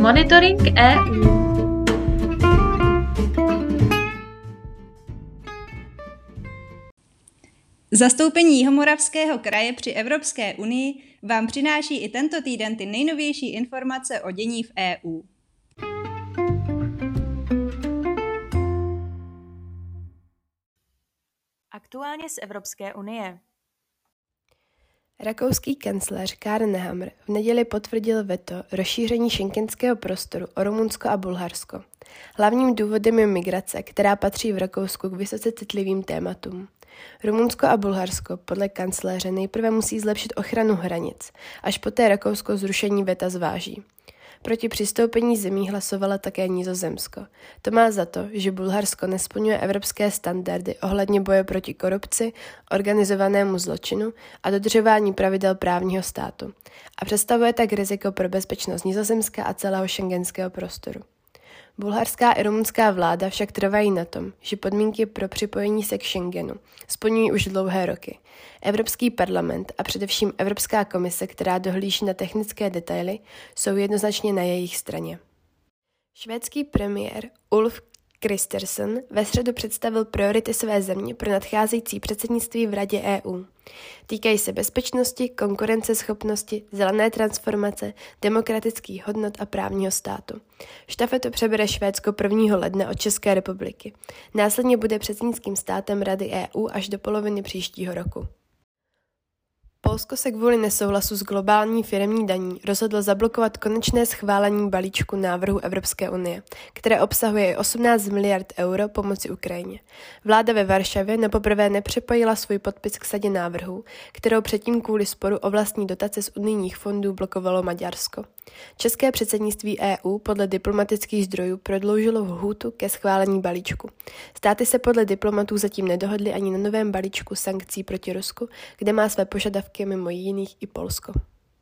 Monitoring EU. Zastoupení Jihomoravského kraje při Evropské unii vám přináší i tento týden ty nejnovější informace o dění v EU. Aktuálně z Evropské unie. Rakouský kancléř Karl Nehammer v neděli potvrdil veto rozšíření schengenského prostoru o Rumunsko a Bulharsko. Hlavním důvodem je migrace, která patří v Rakousku k vysoce citlivým tématům. Rumunsko a Bulharsko podle kancléře nejprve musí zlepšit ochranu hranic, až poté Rakousko zrušení veta zváží. Proti přistoupení zemí hlasovala také Nizozemsko. To má za to, že Bulharsko nesplňuje evropské standardy ohledně boje proti korupci, organizovanému zločinu a dodržování pravidel právního státu a představuje tak riziko pro bezpečnost Nizozemska a celého schengenského prostoru. Bulharská i rumunská vláda však trvají na tom, že podmínky pro připojení se k Schengenu splňují už dlouhé roky. Evropský parlament a především Evropská komise, která dohlíží na technické detaily, jsou jednoznačně na jejich straně. Švédský premiér Ulf Kristersson ve středu představil priority své země pro nadcházející předsednictví v Radě EU. Týkají se bezpečnosti, konkurenceschopnosti, zelené transformace, demokratických hodnot a právního státu. Štafetu přebere Švédsko 1. ledna od České republiky. Následně bude předsednickým státem Rady EU až do poloviny příštího roku. Polsko se kvůli nesouhlasu s globální firemní daní rozhodlo zablokovat konečné schválení balíčku návrhu Evropské unie, které obsahuje i 18 miliard euro pomoci Ukrajině. Vláda ve Varšavě napoprvé nepřipojila svůj podpis k sadě návrhů, kterou předtím kvůli sporu o vlastní dotace z unijních fondů blokovalo Maďarsko. České předsednictví EU podle diplomatických zdrojů prodloužilo lhůtu ke schválení balíčku. Státy se podle diplomatů zatím nedohodly ani na novém balíčku sankcí proti Rusku, kde má své požadavky mimo jiných i Polsko.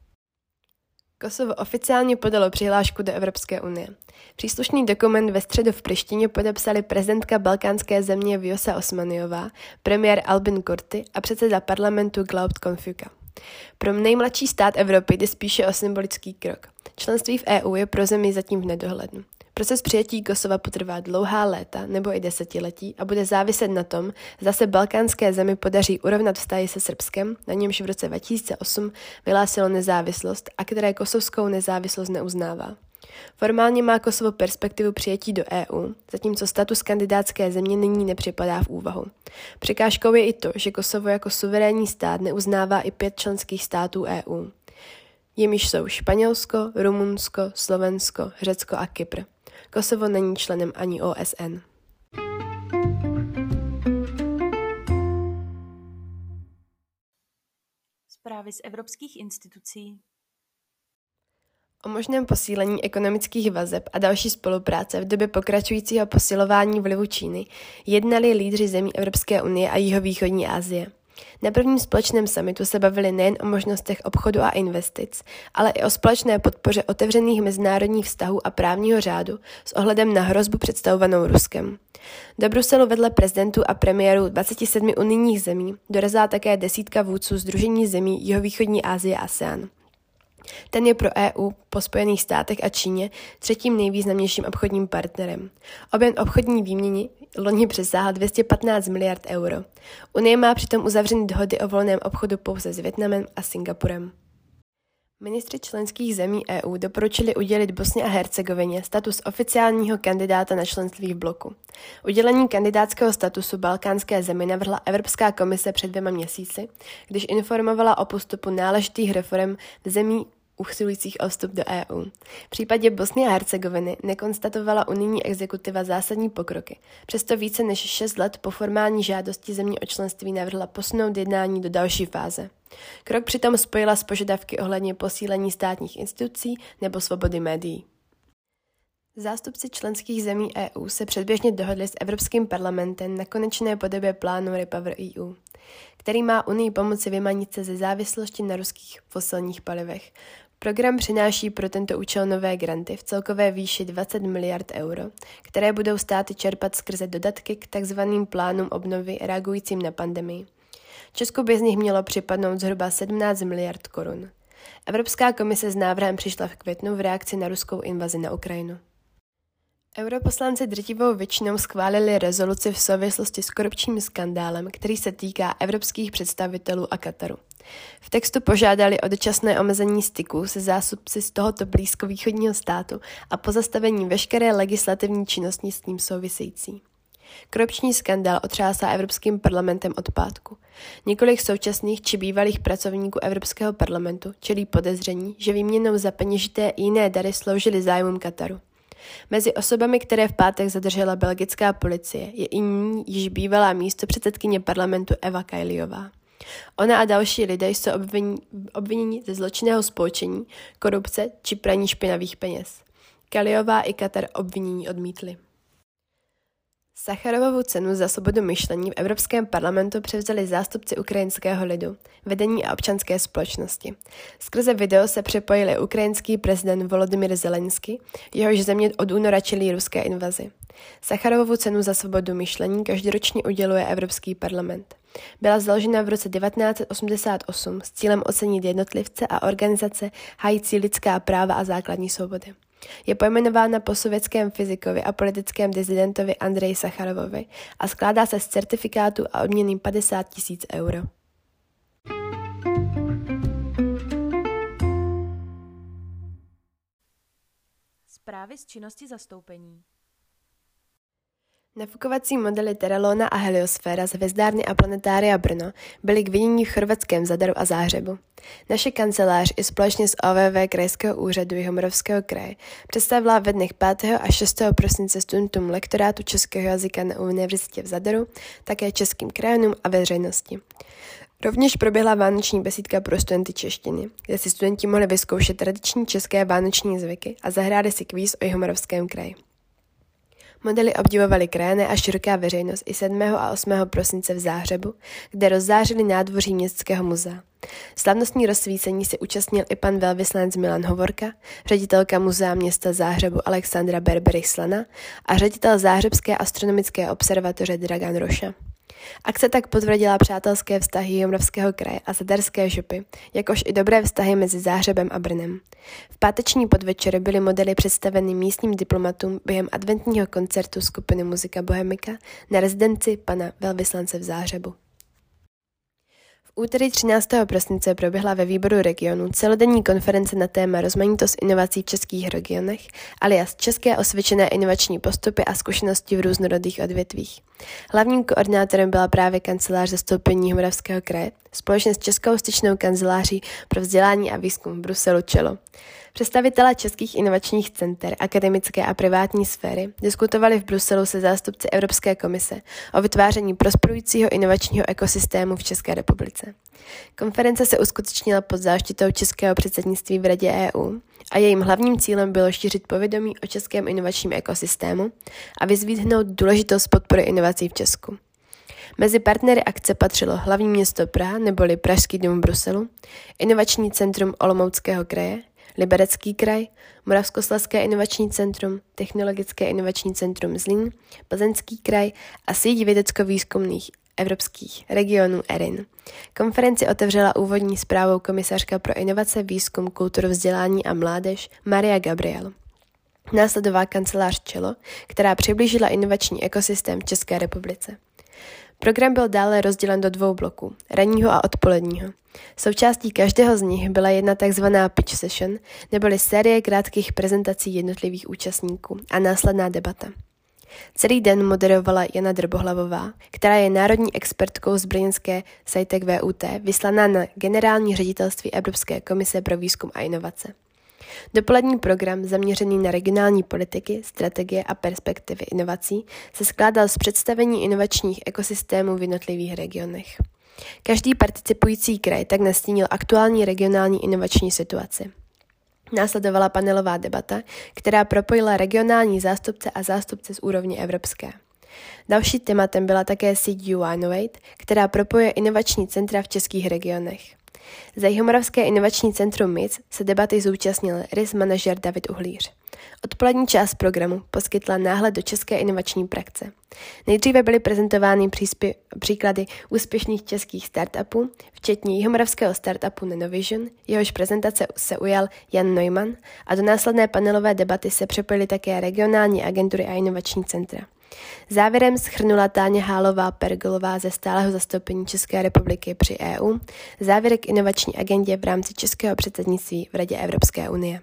Kosovo oficiálně podalo přihlášku do Evropské unie. Příslušný dokument ve středu v Prištině podepsali prezidentka balkánské země Vjosa Osmaniová, premiér Albin Kurti a předseda parlamentu Glaubt Konfuka. Pro nejmladší stát Evropy jde spíše o symbolický krok. Členství v EU je pro zemi zatím v nedohlednu. Proces přijetí Kosova potrvá dlouhá léta nebo i desetiletí a bude záviset na tom, zda se balkánské zemi podaří urovnat vztahy se Srbskem, na němž v roce 2008 vyhlásilo nezávislost a které kosovskou nezávislost neuznává. Formálně má Kosovo perspektivu přijetí do EU, zatímco status kandidátské země nyní nepřipadá v úvahu. Překážkou je i to, že Kosovo jako suverénní stát neuznává i 5 členských států EU. Jimiž jsou Španělsko, Rumunsko, Slovensko, Řecko a Kypr. Kosovo není členem ani OSN. Zprávy z evropských institucí. O možném posílení ekonomických vazeb a další spolupráce v době pokračujícího posilování vlivu Číny jednali lídři zemí Evropské unie a jihovýchodní Asie. Na prvním společném summitu se bavili nejen o možnostech obchodu a investic, ale i o společné podpoře otevřených mezinárodních vztahů a právního řádu s ohledem na hrozbu představovanou Ruskem. Do Bruselu vedle prezidentů a premiérů 27 unijních zemí dorazila také desítka vůdců Sdružení zemí jihovýchodní Asie ASEAN. Ten je pro EU po Spojených státech a Číně třetím nejvýznamnějším obchodním partnerem. Objem obchodní výměny loni přesáhl 215 miliard euro. Unie má přitom uzavřené dohody o volném obchodu pouze s Vietnamem a Singapurem. Ministři členských zemí EU doporučili udělit Bosně a Hercegovině status oficiálního kandidáta na členství v bloku. Udělení kandidátského statusu balkánské zemi navrhla Evropská komise před 2 měsíci, když informovala o postupu náležitých reforem v zemí usilujících o vstup do EU. V případě Bosny a Hercegoviny nekonstatovala unijní exekutiva zásadní pokroky. Přesto více než 6 let po formální žádosti země o členství navrhla posunout jednání do další fáze. Krok přitom spojila s požadavky ohledně posílení státních institucí nebo svobody médií. Zástupci členských zemí EU se předběžně dohodli s Evropským parlamentem na konečné podobě plánu REPowerEU, který má Unii pomoci vymanit se ze závislosti na ruských fosilních palivech. Program přináší pro tento účel nové granty v celkové výši 20 miliard euro, které budou státy čerpat skrze dodatky k tzv. Plánům obnovy reagujícím na pandemii. Česku by z nich mělo připadnout zhruba 17 miliard korun. Evropská komise s návrhem přišla v květnu v reakci na ruskou invazi na Ukrajinu. Europoslanci drtivou většinou schválili rezoluci v souvislosti s korupčním skandálem, který se týká evropských představitelů a Kataru. V textu požádali o dočasné omezení styků se zástupci z tohoto blízkovýchodního státu a pozastavení veškeré legislativní činnosti s tím související. Korupční skandál otřásá Evropským parlamentem od pátku. Několik současných či bývalých pracovníků Evropského parlamentu čelí podezření, že výměnou za peněžité i jiné dary sloužili zájmům Kataru. Mezi osobami, které v pátek zadržela belgická policie, je i nyní již bývalá místopředsedkyně parlamentu Eva Kailiová. Ona a další lidé jsou obviněni ze zločinného spolčení, korupce či praní špinavých peněz. Kailiová i Katar obvinění odmítli. Sacharovovu cenu za svobodu myšlení v Evropském parlamentu převzali zástupci ukrajinského lidu, vedení a občanské společnosti. Skrze video se připojili ukrajinský prezident Volodymyr Zelenský, jehož země od února čelí ruské invazi. Sacharovovu cenu za svobodu myšlení každoročně uděluje Evropský parlament. Byla založena v roce 1988 s cílem ocenit jednotlivce a organizace hájící lidská práva a základní svobody. Je pojmenována po sovětském fyzikovi a politickém disidentovi Andreji Sacharovovi a skládá se z certifikátu a odměny 50 000 euro. Zprávy z činnosti zastoupení. Nafukovací modely Terralona a Heliosféra z hvězdárny a planetária Brno byly k vidění v chorvatském Zadaru a Záhřebu. Naše kancelář i společně s OVV Krajského úřadu Jihomoravského kraje představila ve dnech 5. a 6. prosince studentům lektorátu českého jazyka na univerzitě v Zadaru, také českým krajanům a veřejnosti. Rovněž proběhla vánoční besídka pro studenty češtiny, kde si studenti mohli vyzkoušet tradiční české vánoční zvyky a zahráli si kvíz o Jihomoravském kraji. Modely obdivovali krajané a široká veřejnost i 7. a 8. prosince v Záhřebu, kde rozzářili nádvoří Městského muzea. Slavnostní rozsvícení se účastnil i pan velvyslanec Milan Hovorka, ředitelka muzea města Záhřebu Alexandra Berberich-Slana a ředitel Záhřebské astronomické observatoře Dragan Roša. Akce tak potvrdila přátelské vztahy Jihomoravského kraje a zadarské župy, jakož i dobré vztahy mezi Záhřebem a Brnem. V páteční podvečer byly modely představeny místním diplomatům během adventního koncertu skupiny Muzika Bohemika na rezidenci pana velvyslance v Záhřebu. V úterý 13. prosince proběhla ve výboru regionu celodenní konference na téma rozmanitost inovací v českých regionech, alias české osvědčené inovační postupy a zkušenosti v různorodých odvětvích. Hlavním koordinátorem byla právě kancelář zastoupení Jihomoravského kraje společně s Českou styčnou kanceláří pro vzdělání a výzkum v Bruselu čelo. Představitelé českých inovačních center, akademické a privátní sféry diskutovali v Bruselu se zástupci Evropské komise o vytváření prosperujícího inovačního ekosystému v České republice. Konference se uskutečnila pod záštitou českého předsednictví v Radě EU a jejím hlavním cílem bylo šířit povědomí o českém inovačním ekosystému a vyzdvihnout důležitost podpory inovací v Česku. Mezi partnery akce patřilo hlavní město Praha neboli Pražský dům v Bruselu, Inovační centrum Olomouckého kraje, Liberecký kraj, Moravskoslezské inovační centrum, Technologické inovační centrum Zlín, Plzeňský kraj a síť vědecko-výzkumných evropských regionů ERIN. Konferenci otevřela úvodní zprávou komisařka pro inovace, výzkum, kulturu, vzdělání a mládež Maria Gabriel. Následovala kancelář Čelo, která přiblížila inovační ekosystém v České republice. Program byl dále rozdělen do 2 bloků, ranního a odpoledního. Součástí každého z nich byla jedna takzvaná pitch session, neboli série krátkých prezentací jednotlivých účastníků a následná debata. Celý den moderovala Jana Drbohlavová, která je národní expertkou z brněnské SciTech VUT, vyslaná na generální ředitelství Evropské komise pro výzkum a inovace. Dopolední program zaměřený na regionální politiky, strategie a perspektivy inovací se skládal z představení inovačních ekosystémů v jednotlivých regionech. Každý participující kraj tak nastínil aktuální regionální inovační situaci. Následovala panelová debata, která propojila regionální zástupce a zástupce z úrovně evropské. Další tématem byla také síť You Innovate, která propojuje inovační centra v českých regionech. Za Jihomoravské inovační centrum MIC se debaty zúčastnil RIS manažer David Uhlíř. Odpolední část programu poskytla náhled do české inovační praxe. Nejdříve byly prezentovány příklady úspěšných českých startupů, včetně jihomoravského startupu Nanovision, jehož prezentace se ujal Jan Neumann, a do následné panelové debaty se připojily také regionální agentury a inovační centra. Závěrem shrnula Táňa Hálová-Pergolová ze stálého zastoupení České republiky při EU závěry k inovační agendě v rámci českého předsednictví v Radě Evropské unie.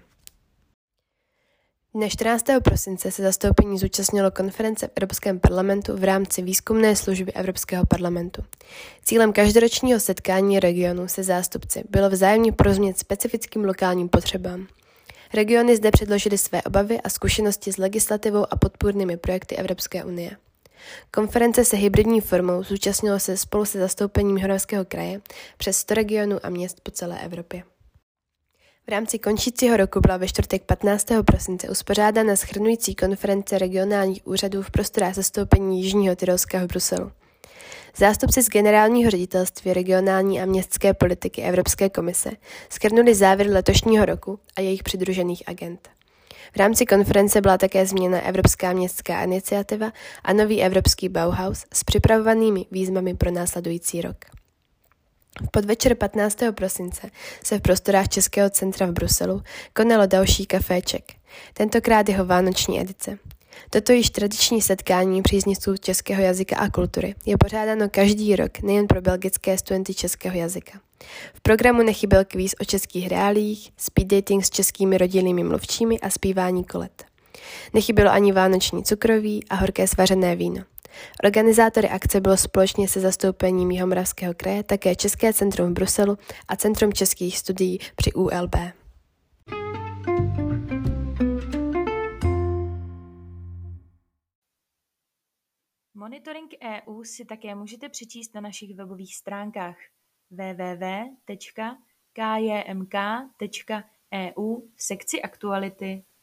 Dne 14. prosince se zastoupení zúčastnilo konference v Evropském parlamentu v rámci výzkumné služby Evropského parlamentu. Cílem každoročního setkání regionu se zástupci bylo vzájemně porozumět specifickým lokálním potřebám. Regiony zde předložily své obavy a zkušenosti s legislativou a podpůrnými projekty Evropské unie. Konference se hybridní formou zúčastnilo se spolu se zastoupením Jihomoravského kraje přes 100 regionů a měst po celé Evropě. V rámci končícího roku byla ve čtvrtek 15. prosince uspořádána shrnující konference regionálních úřadů v prostorách zastoupení Jižního Tyrolska v Bruselu. Zástupci z Generálního ředitelství regionální a městské politiky Evropské komise shrnuli závěr letošního roku a jejich přidružených agend. V rámci konference byla také změněna Evropská městská iniciativa a nový Evropský Bauhaus s připravovanými výzvami pro následující rok. V podvečer 15. prosince se v prostorách Českého centra v Bruselu konalo další kaféček, tentokrát jeho vánoční edice. Toto již tradiční setkání příznivců českého jazyka a kultury je pořádáno každý rok nejen pro belgické studenty českého jazyka. V programu nechyběl kvíz o českých reáliích, speed dating s českými rodilými mluvčími a zpívání kolet. Nechybělo ani vánoční cukroví a horké svařené víno. Organizátory akce bylo společně se zastoupením Jihomoravského kraje také České centrum v Bruselu a Centrum českých studií při ULB. Monitoring EU si také můžete přečíst na našich webových stránkách www.kjmk.eu v sekci aktuality.